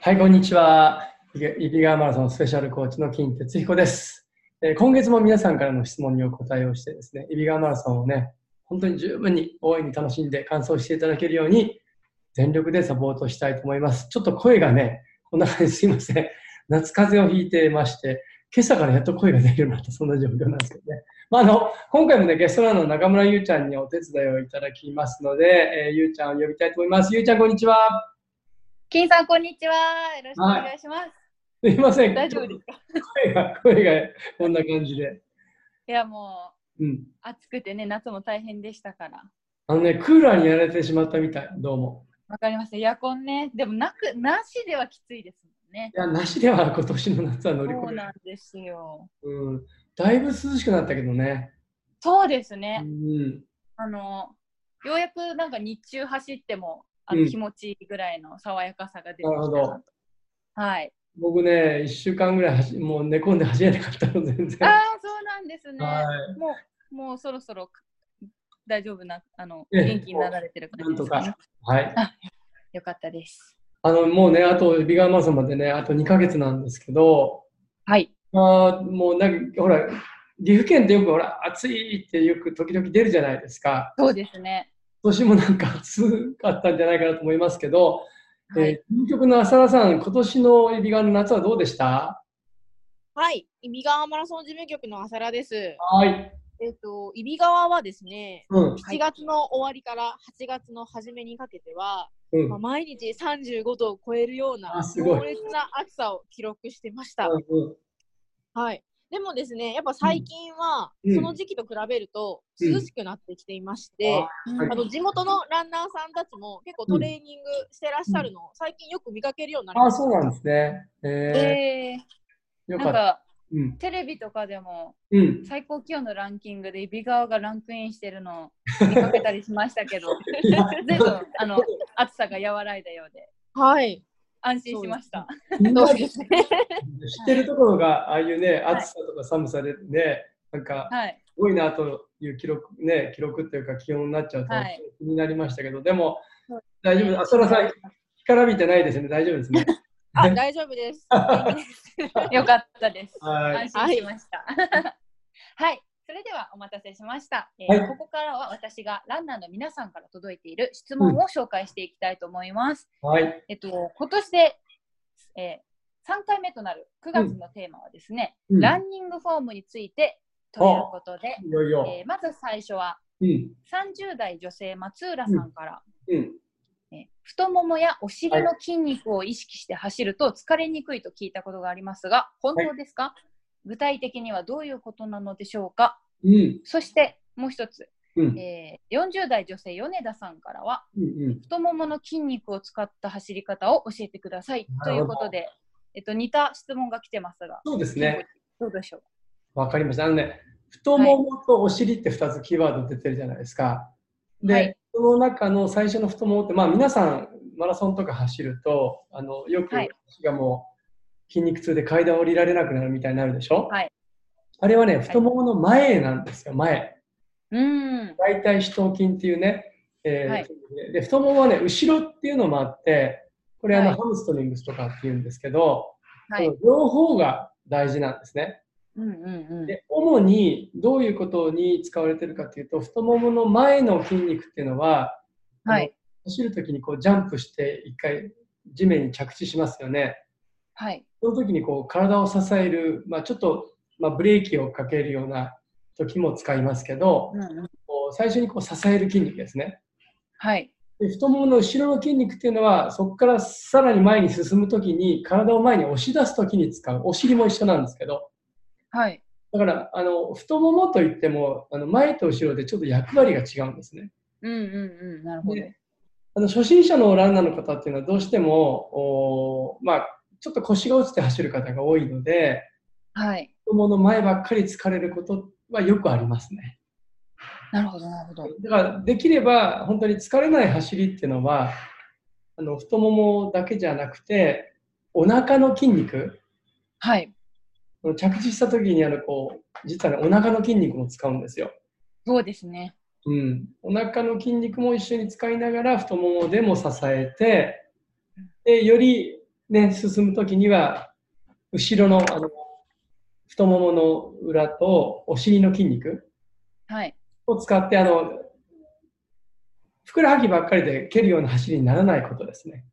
はい、こんにちは。揖斐川マラソンスペシャルコーチの金哲彦です。今月も皆さんからの質問にお答えをしてですね、揖斐川マラソンをね、本当に十分に大いに楽しんで完走していただけるように全力でサポートしたいと思います。ちょっと声がね、こんな感じすいません。夏風邪をひいてまして、今朝からやっと声が出るようになった、そんな状況なんですけどね。今回もね、ゲストランの中村ゆうちゃんにお手伝いをいただきますので、ゆうちゃんを呼びたいと思います。ゆうちゃん、こんにちは。 金さん、こんにちは。よろしくお願いします。 すいません。 大丈夫ですか？ 声がこんな感じで。 いや、もう、暑くてね、夏も大変でしたから。 クーラーにやられてしまったみたい、どうも。 わかりました。エアコンね。でもなしではきついですもんね。 いや、なしでは今年の夏は乗り越える。 そうなんですよ。 だいぶ涼しくなったけどね。 そうですね。ようやくなんか日中走っても気持ちいいぐらいの爽やかさが出てきたなと。 なるほど。 はい。 僕ね、1週間ぐらいもう寝込んで走れなかったの、全然。 ああ、そうなんですね。はい、もうそろそろ大丈夫な、元気になられてる感じですかね。 なんとか。はい。 よかったです。 もうね、あと、揖斐川マラソンまでね、あと2ヶ月なんですけど、 はい。 もうなんか、ほら、岐阜県ってよくほら、暑いってよく時々出るじゃないですか。 そうですね。 今年もなんか暑かったんじゃないかなと思いますけど、事務局の浅田さん、今年の揖斐川の夏はどうでした？ はい、揖斐川マラソン事務局の浅田です。 はい。 揖斐川はですね、7月の終わりから8月の初めにかけては、毎日35度を超えるような強烈な暑さを記録してました。はい。でもですね、やっぱ最近は、その時期と比べると涼しくなってきていまして、地元のランナーさんたちも結構トレーニングしてらっしゃるのを最近よく見かけるようになりました。 そうなんですね。 よかった。テレビとかでも、最高気温のランキングで揖斐川がランクインしてるのを見かけたりしましたけど、全部暑さが和らいだようで。 はい。 安心しました。 そうですね。 知ってるところが、ああいうね、暑さとか寒さでね、なんか、すごいなという記録っていうか気温になっちゃうと気になりましたけど、でも、大丈夫です。浅田さん、干からびてないですね。大丈夫ですね。 大丈夫です。 よかったです。安心しました。はい。それではお待たせしました。ここからは私がランナーの皆さんから届いている質問を紹介していきたいと思います。今年で、3回目となる9月のテーマはですね、ランニングフォームについてということで、まず最初は、30代女性松浦さんから、太ももやお尻の筋肉を意識して走ると疲れにくいと聞いたことがありますが、本当ですか？具体的にはどういうことなのでしょうか？そしてもう一つ、40代女性米田さんからは、太ももの筋肉を使った走り方を教えてくださいということで、似た質問が来てますが、 そうですね。 どうでしょう？わかりました。太ももとお尻って2つキーワード出てるじゃないですか。で、その中の最初の太ももって、皆さんマラソンとか走ると、よく足がもう筋肉痛で階段降りられなくなるみたいになるでしょ？あれはね、太ももの前なんですよ、前。大腿四頭筋っていうね、で太ももはね、後ろっていうのもあって、これハムストリングスとかっていうんですけど、両方が大事なんですね。で主にどういうことに使われているかというと、太ももの前の筋肉っていうのは、走るときにこうジャンプして一回地面に着地しますよね。その時にこう体を支える、ちょっと、ブレーキをかけるような時も使いますけど、最初にこう支える筋肉ですね。で太ももの後ろの筋肉っていうのは、そこからさらに前に進むときに体を前に押し出すときに使う。お尻も一緒なんですけど。だから太ももといっても前と後ろでちょっと役割が違うんですね。 なるほど。 で初心者のランナーの方っていうのはどうしてもちょっと腰が落ちて走る方が多いので、太ももの前ばっかり疲れることはよくありますね。 なるほど、なるほど。 だからできれば本当に疲れない走りっていうのは太ももだけじゃなくてお腹の筋肉、着地した時に実はね、お腹の筋肉も使うんですよ。 そうですね。 お腹の筋肉も一緒に使いながら太ももでも支えて、でよりね、進むときには、後ろの、太ももの裏とお尻の筋肉を使って、ふくらはぎばっかりで蹴るような走りにならないことですね。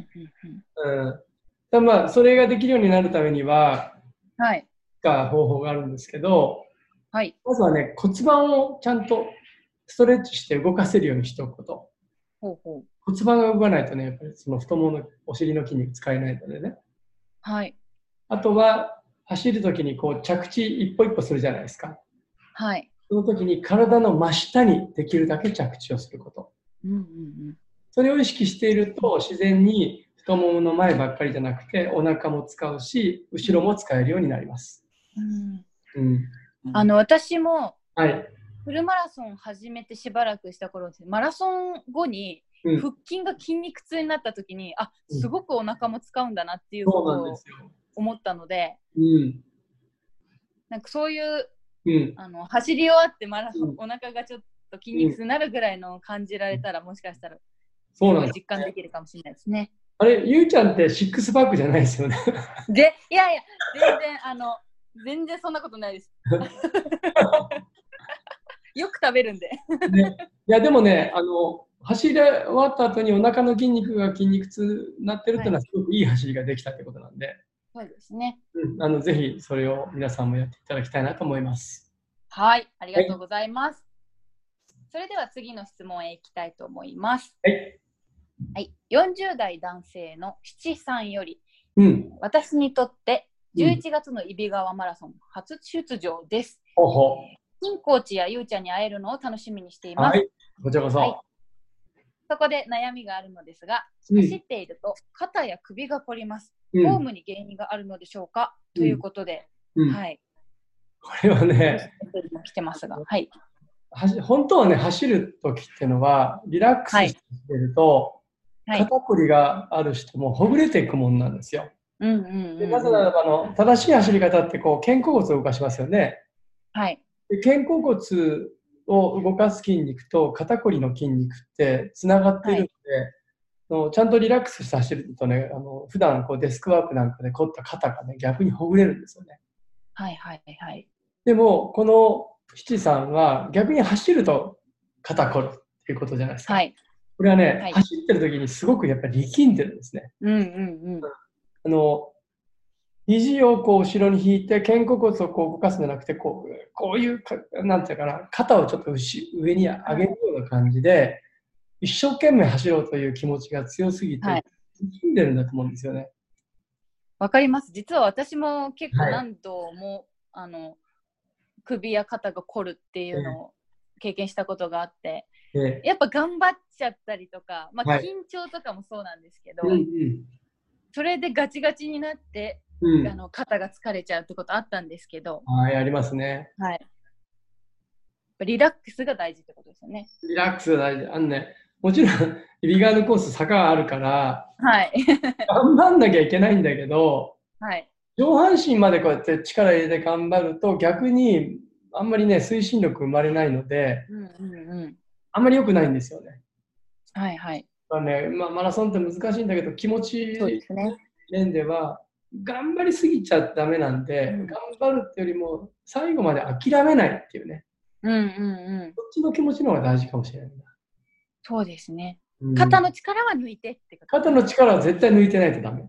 まあ、それができるようになるためには、方法があるんですけど、まずはね、骨盤をちゃんとストレッチして動かせるようにしておくこと。骨盤が動かないとね、やっぱりその太もものお尻の筋肉使えないのでね。あとは、走るときにこう着地一歩一歩するじゃないですか。その時に体の真下にできるだけ着地をすること。それを意識していると自然に太ももの前ばっかりじゃなくてお腹も使うし後ろも使えるようになります。 私もフルマラソンを始めてしばらくした頃ですね、マラソン後に腹筋が筋肉痛になった時に、すごくお腹も使うんだなっていうことを思ったので、なんかそういう、走り終わってお腹がちょっと筋肉痛になるぐらいの感じられたら、もしかしたら実感できるかもしれないですね。 あれ、ゆうちゃんってシックスパックじゃないですよね。 いやいや、全然そんなことないです。よく食べるんで。 いや、でもね、走り終わった後にお腹の筋肉が筋肉痛になってるっていうのはすごくいい走りができたってことなんで。 そうですね。 ぜひそれを皆さんもやっていただきたいなと思います。 はい、ありがとうございます。それでは次の質問へ行きたいと思います。40代男性の七さんより、私にとって11月の揖斐川マラソン初出場です。金コーチやゆうちゃんに会えるのを楽しみにしています。 こちらこそ。 そこで悩みがあるのですが、走っていると肩や首が凝ります。フォームに原因があるのでしょうか、ということで、 これはね、 来てますが、 本当はね、走るときっていうのは、リラックスしていると、肩こりがある人もほぐれていくもんなんですよ。なぜならば正しい走り方ってこう肩甲骨を動かしますよね。で肩甲骨を動かす筋肉と肩こりの筋肉ってつながっているので、ちゃんとリラックスして走るとね、普段こうデスクワークなんかで凝った肩がね、逆にほぐれるんですよね。でも、この七さんは逆に走ると肩こるっていうことじゃないですか。これはね、走ってる時にすごくやっぱり力んでるんですね。肘をこう後ろに引いて肩甲骨をこう動かすんじゃなくて、こういうなんていうかな、肩をちょっと上に上げるような感じで、一生懸命走ろうという気持ちが強すぎて、力んでるんだと思うんですよね。 わかります。実は私も結構何度も、首や肩が凝るっていうのを経験したことがあって、やっぱ頑張っちゃったりとか、緊張とかもそうなんですけど、それでガチガチになって、肩が疲れちゃうってことあったんですけど、 ありますね。 リラックスが大事ってことですよね。 リラックスが大事。もちろん、揖斐川のコース坂があるから、頑張んなきゃいけないんだけど、上半身までこうやって力入れて頑張ると逆にあんまりね推進力生まれないので、あんまり良くないんですよね。マラソンって難しいんだけど気持ち面では頑張りすぎちゃダメなんで、頑張るってよりも最後まで諦めないっていうね、そっちの気持ちの方が大事かもしれないな。 そうですね。肩の力は抜いてってこと。 肩の力は絶対抜いてないとダメ。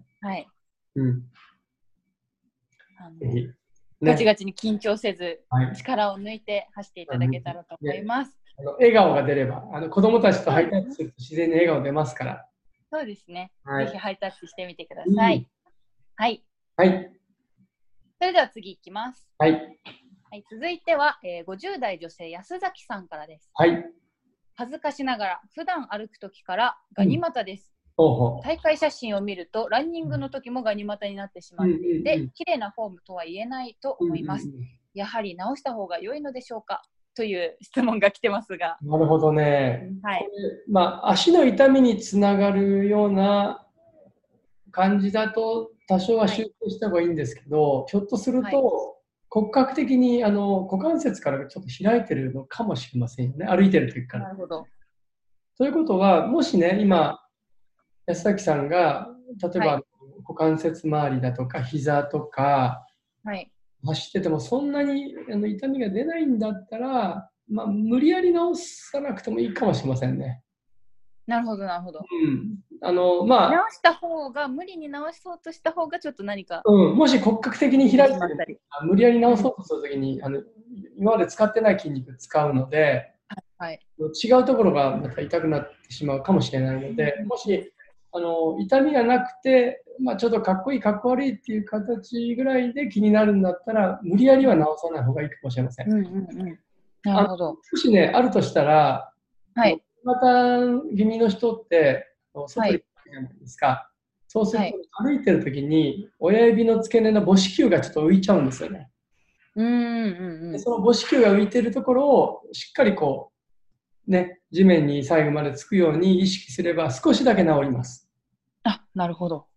ガチガチに緊張せず、力を抜いて走っていただけたらと思います。 笑顔が出れば、子供たちとハイタッチすると自然に笑顔出ますから。 そうですね。ぜひハイタッチしてみてください。それでは次いきます。続いては、50代女性安崎さんからです。恥ずかしながら普段歩くときからガニ股です。大会写真を見るとランニングの時もガニ股になってしまっていて、綺麗なフォームとは言えないと思います。やはり直した方が良いのでしょうか、という質問が来てますが。 なるほどね。足の痛みにつながるような感じだと多少は修正した方がいいんですけど、ひょっとすると骨格的に股関節からちょっと開いてるのかもしれませんよね、歩いてる時から。 なるほど。 ということは、もしね、今安崎さんが例えば、 股関節周りだとか膝とか、 はい、 走っててもそんなに痛みが出ないんだったら、まあ、無理やり治さなくてもいいかもしれませんね。 なるほど、なるほど。 まあ、 直した方が、無理に直そうとした方がちょっと何か。 もし骨格的に開いて無理やり直そうとするときに、今まで使ってない筋肉使うので、 はい、 違うところがまた痛くなってしまうかもしれないので、もし痛みがなくて、まあ、ちょっとかっこいいかっこ悪いっていう形ぐらいで気になるんだったら、無理やりは直さない方がいいかもしれません。 なるほど。 もしね、あるとしたら、 はい、 また気味の人って外に行くじゃないですか。はい、そうすると、歩いてるときに親指の付け根の母子球がちょっと浮いちゃうんですよね。でその母子球が浮いてるところをしっかりこうね、地面に最後までつくように意識すれば少しだけ治ります。 あ、なるほど。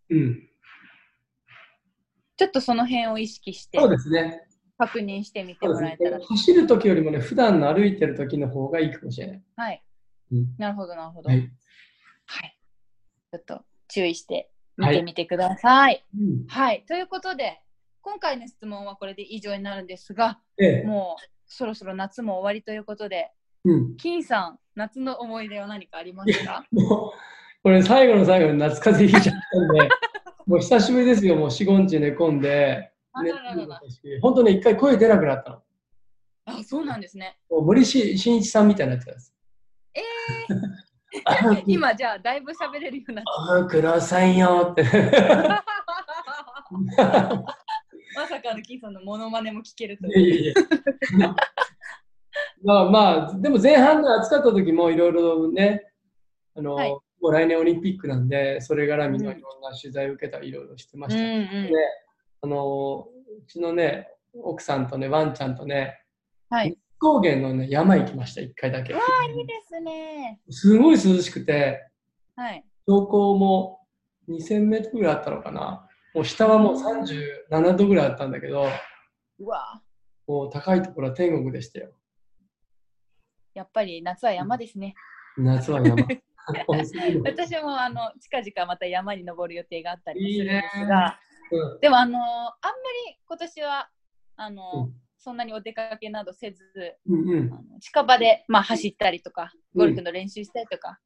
ちょっとその辺を意識して、 そうですね。 確認してみてもらえたら。 走るときよりもね、普段の歩いてるときの方がいいかもしれない。 はい。なるほど、なるほど。はい。ちょっと注意して見てみてください。はい。ということで、今回の質問はこれで以上になるんですが、もうそろそろ夏も終わりということで、金さん、夏の思い出は何かありますか？ もうこれ最後の最後に夏風邪ひいちゃったんで、もう久しぶりですよ、もう4、5日寝込んで、本当ね、一回声出なくなったの。 あ、そうなんですね。 もう森進一さんみたいになってたんです。 今じゃあだいぶ喋れるようになって。 くださいよって。 まさかの金さんのモノマネも聞けるという。 まあ、でも前半の暑かった時もいろいろね、もう来年オリンピックなんで、それからみんないろんな取材を受けたりいろいろしてました。うちのね、奥さんとね、ワンちゃんとね、高原のね、山行きました、1回だけ。 わあ、いいですね。 すごい涼しくて、標高も2000メートルぐらいあったのかな。もう下はもう37度ぐらいあったんだけど、もう高いところは天国でしたよ。 やっぱり夏は山ですね。 夏は山。 私も近々また山に登る予定があったりするんですが、でもあんまり今年はそんなにお出かけなどせず、近場で、まあ、走ったりとか、ゴルフの練習したりとか、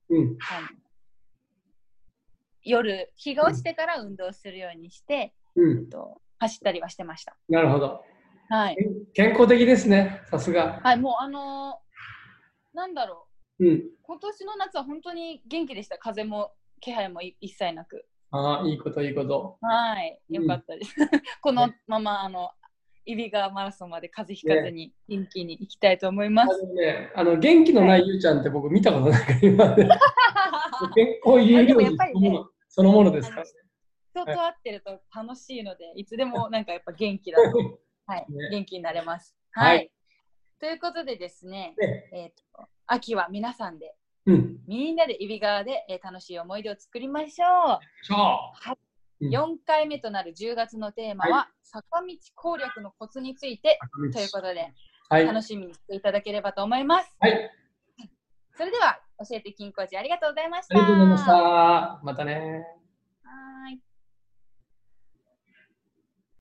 夜、日が落ちてから運動するようにして、走ったりはしてました。 なるほど。 はい。 健康的ですね、さすが。 はい、もうなんだろう、今年の夏は本当に元気でした。風も気配も一切なく。 ああ、いいこと、いいこと。 はい、よかったです。このまま、揖斐川マラソンまで風邪ひかずに元気に行きたいと思います。 元気のないゆうちゃんって僕見たことないから今まで。健康有料そのものですからね。 人と会ってると楽しいので、いつでもなんかやっぱ元気だと、元気になれます。はい。ということでですね、秋は皆さんで、みんなで揖斐川で楽しい思い出を作りましょう。4回目となる10月のテーマは、坂道攻略のコツについてということで、楽しみにしていただければと思います。それでは、教えて金コーチありがとうございました。 ありがとうございました。またね。 はい。